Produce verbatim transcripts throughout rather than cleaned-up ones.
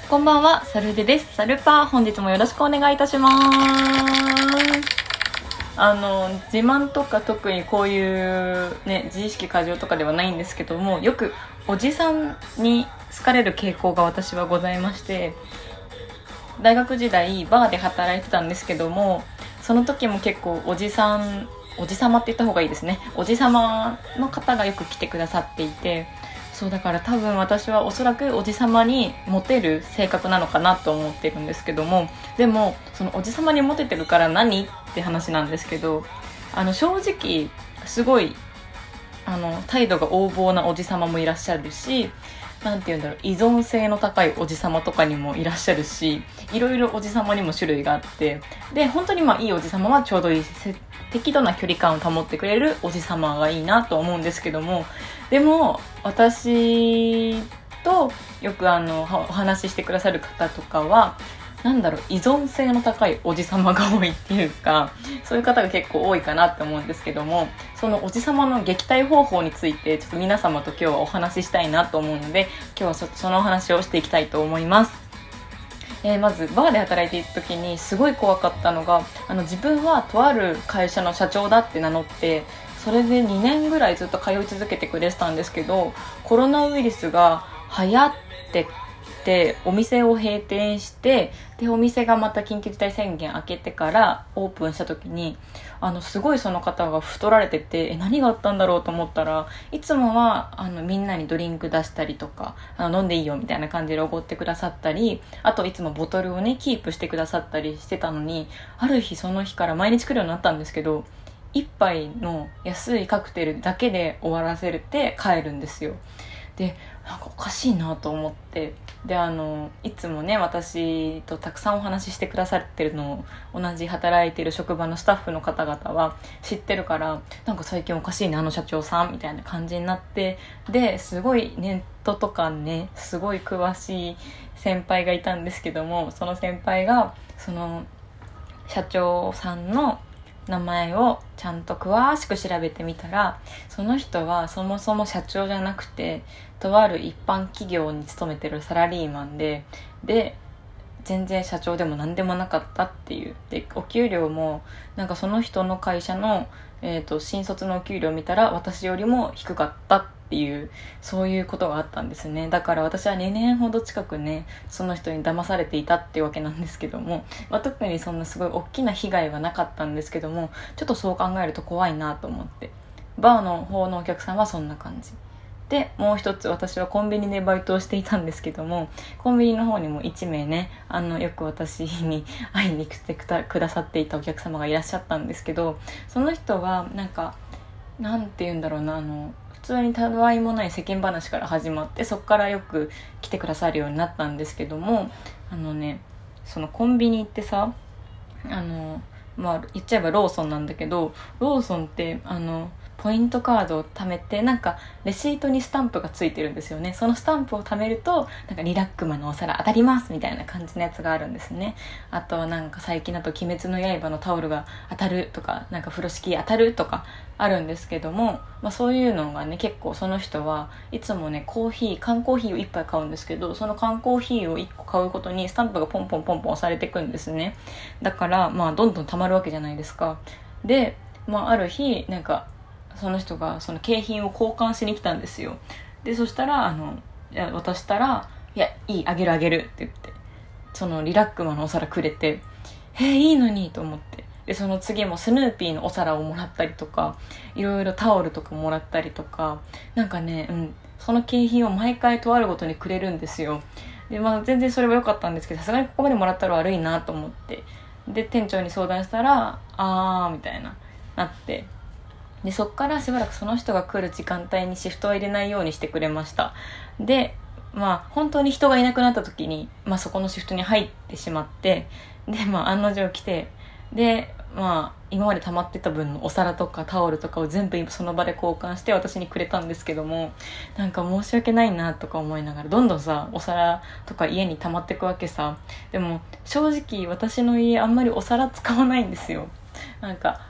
こんばんは、サルデです。サルパー、本日もよろしくお願いいたします。あの自慢とか特にこういうね自意識過剰とかではないんですけども、よくおじさんに好かれる傾向が私はございまして、大学時代バーで働いてたんですけども、その時も結構おじさんおじさまって言った方がいいですね、おじさまの方がよく来てくださっていて、そうだから多分私はおそらくおじさまにモテる性格なのかなと思ってるんですけども、でもそのおじさまにモテてるから何って話なんですけど、あの正直すごいあの態度が横暴なおじさまもいらっしゃるし、なんて言うんだろう、依存性の高いおじさまとかにもいらっしゃるし、いろいろおじさまにも種類があって、で本当にまあいいおじさまはちょうどいい適度な距離感を保ってくれるおじさまがいいなと思うんですけども、でも私とよくあのお話ししてくださる方とかはなんだろう、依存性の高いおじさまが多いっていうか、そういう方が結構多いかなって思うんですけども、そのおじさまの撃退方法についてちょっと皆様と今日はお話ししたいなと思うので、今日はそのお話をしていきたいと思います。えー、まずバーで働いていた時にすごい怖かったのが、あの自分はとある会社の社長だって名乗って、それでにねんぐらいずっと通い続けてくれてたんですけど、コロナウイルスが流行ってでお店を閉店して、でお店がまた緊急事態宣言明けてからオープンした時に、あのすごいその方が太られてて、え何があったんだろうと思ったら、いつもはあのみんなにドリンク出したりとか、あの飲んでいいよみたいな感じでおごってくださったり、あといつもボトルをねキープしてくださったりしてたのに、ある日その日から毎日来るようになったんですけど、一杯の安いカクテルだけで終わらせて帰るんですよ。でなんかおかしいなと思って、であのいつもね私とたくさんお話ししてくださってるのを同じ働いてる職場のスタッフの方々は知ってるから、なんか最近おかしいねあの社長さんみたいな感じになって、ですごいネットとかねすごい詳しい先輩がいたんですけども、その先輩がその社長さんの名前をちゃんと詳しく調べてみたら、その人はそもそも社長じゃなくてとある一般企業に勤めてるサラリーマンで、で全然社長でも何でもなかったっていう。でお給料もなんかその人の会社の、えーと、新卒のお給料を見たら私よりも低かったっていう、そういうことがあったんですね。だから私はにねんほど近くねその人に騙されていたっていうわけなんですけども、まあ、特にそんなすごい大きな被害はなかったんですけども、ちょっとそう考えると怖いなと思って、バーの方のお客さんはそんな感じで、もう一つ私はコンビニでバイトをしていたんですけども、コンビニの方にもいち名ね、あのよく私に会いに来てくださっていたお客様がいらっしゃったんですけど、その人はなんかなんて言うんだろうな、あの普通にたわいもない世間話から始まって、そこからよく来てくださるようになったんですけども、あのねそのコンビニ行ってさ、あのまあ言っちゃえばローソンなんだけど、ローソンってあのポイントカードを貯めて、なんかレシートにスタンプがついてるんですよね。そのスタンプを貯めるとなんかリラックマのお皿当たりますみたいな感じのやつがあるんですね。あとなんか最近だと鬼滅の刃のタオルが当たるとか、なんか風呂敷当たるとかあるんですけども、まあ、そういうのがね結構その人はいつもねコーヒー缶コーヒーをいっぱい買うんですけど、その缶コーヒーをいっこ買うことにスタンプがポンポンポンポン押されていくんですね。だからまあどんどん溜まるわけじゃないですか。で、まあ、ある日なんかその人がその景品を交換しに来たんですよ。でそしたらあのいや渡したら、いやいいあげるあげるって言って、そのリラックマのお皿くれて、えー、いいのにと思って、でその次もスヌーピーのお皿をもらったりとか、いろいろタオルとかもらったりとか、なんかね、うん、その景品を毎回とあるごとにくれるんですよ。で、まあ、全然それは良かったんですけど、さすがにここまでもらったら悪いなと思って、で店長に相談したらあーみたいななって、でそっからしばらくその人が来る時間帯にシフトを入れないようにしてくれました。でまあ本当に人がいなくなった時に、まあ、そこのシフトに入ってしまって、でまあ案の定来て、でまあ今まで溜まってた分のお皿とかタオルとかを全部その場で交換して私にくれたんですけども、なんか申し訳ないなとか思いながら、どんどんさお皿とか家に溜まってくわけさ。でも正直私の家あんまりお皿使わないんですよ。なんか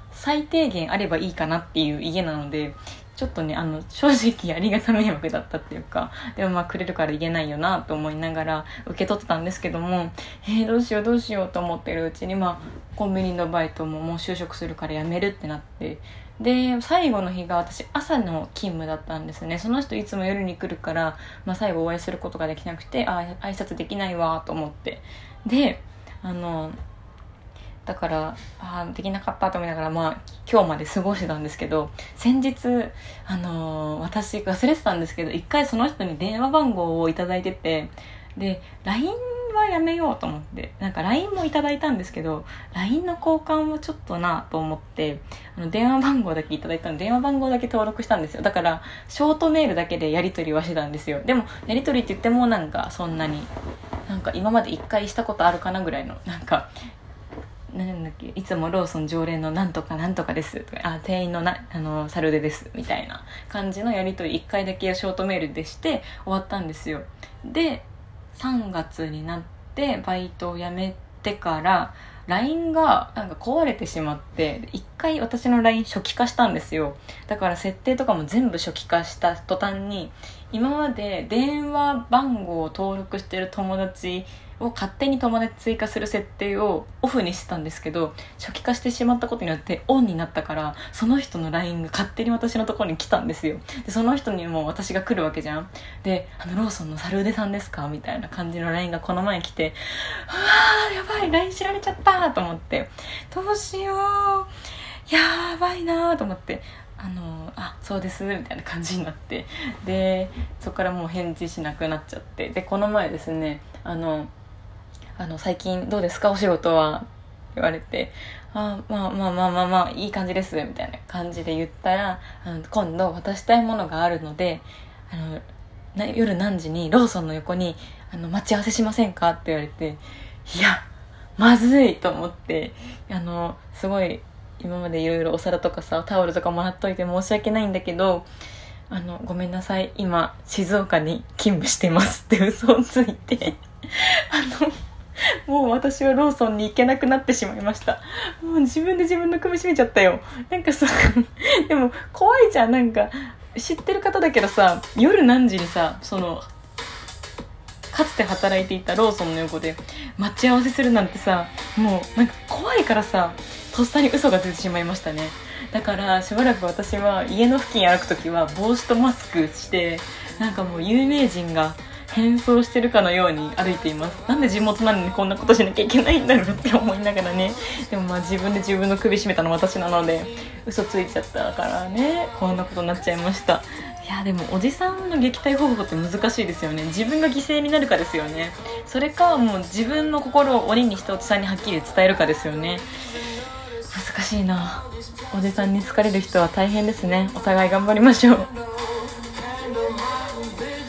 最低限あればいいかなっていう家なので、ちょっとねあの正直ありがた迷惑だったっていうか、でもまあくれるから言えないよなと思いながら受け取ってたんですけども、えー、どうしようどうしようと思ってるうちに、まあコンビニのバイトももう就職するから辞めるってなって、で最後の日が私朝の勤務だったんですね。その人いつも夜に来るから、まあ、最後お会いすることができなくて、あ挨拶できないわと思って、であのだからあできなかったと思いながら、まあ今日まで過ごしてたんですけど、先日あのー、私忘れてたんですけど、一回その人に電話番号をいただいてて、で ライン はやめようと思って、なんか ライン もいただいたんですけど ライン の交換はちょっとなと思って、あの電話番号だけいただいたので電話番号だけ登録したんですよ。だからショートメールだけでやり取りはしてたんですよ。でもやり取りって言ってもなんかそんなになんか今まで一回したことあるかなぐらいの、なんかなんだっけ、いつもローソン常連のなんとかなんとかですとか、あ店員のなあのサルデですみたいな感じのやり取りいっかいだけショートメールでして終わったんですよ。でさんがつになってバイトを辞めてから ライン がなんか壊れてしまって、いっかい私の ライン 初期化したんですよ。だから設定とかも全部初期化した途端に、今まで電話番号を登録してる友達を勝手に友達追加する設定をオフにしてたんですけど、初期化してしまったことによってオンになったから、その人の ライン が勝手に私のところに来たんですよ。でその人にも私が来るわけじゃん。であのローソンのサルーデさんですかみたいな感じの ライン がこの前来て、うわーやばい ライン 知られちゃったと思って、どうしようやばいなと思って、あのあそうですみたいな感じになって、でそこからもう返事しなくなっちゃって、でこの前ですね、あのあの最近どうですかお仕事は言われて、あまあまあまあまあまあいい感じですみたいな感じで言ったら、あの今度渡したいものがあるので、あのな夜何時にローソンの横にあの待ち合わせしませんかって言われて、いやまずいと思って、あのすごい今までいろいろお皿とかさタオルとかもらっといて申し訳ないんだけど、あのごめんなさい今静岡に勤務してますって嘘をついてあのもう私はローソンに行けなくなってしまいました。もう自分で自分の首絞めちゃったよ。なんかさでも怖いじゃん、なんか知ってる方だけどさ、夜何時にさそのかつて働いていたローソンの横で待ち合わせするなんてさ、もうなんか怖いからさとっさに嘘が出てしまいましたね。だからしばらく私は家の付近歩くときは帽子とマスクして、なんかもう有名人が変装してるかのように歩いています。なんで地元なのにこんなことしなきゃいけないんだろうって思いながらね。でもまあ自分で自分の首絞めたの私なので嘘ついちゃったからね、こんなことになっちゃいました。いやでもおじさんの撃退方法って難しいですよね。自分が犠牲になるかですよね。それかもう自分の心を鬼にしておじさんにはっきり伝えるかですよね。難しいな。おじさんに好かれる人は大変ですね。お互い頑張りましょう。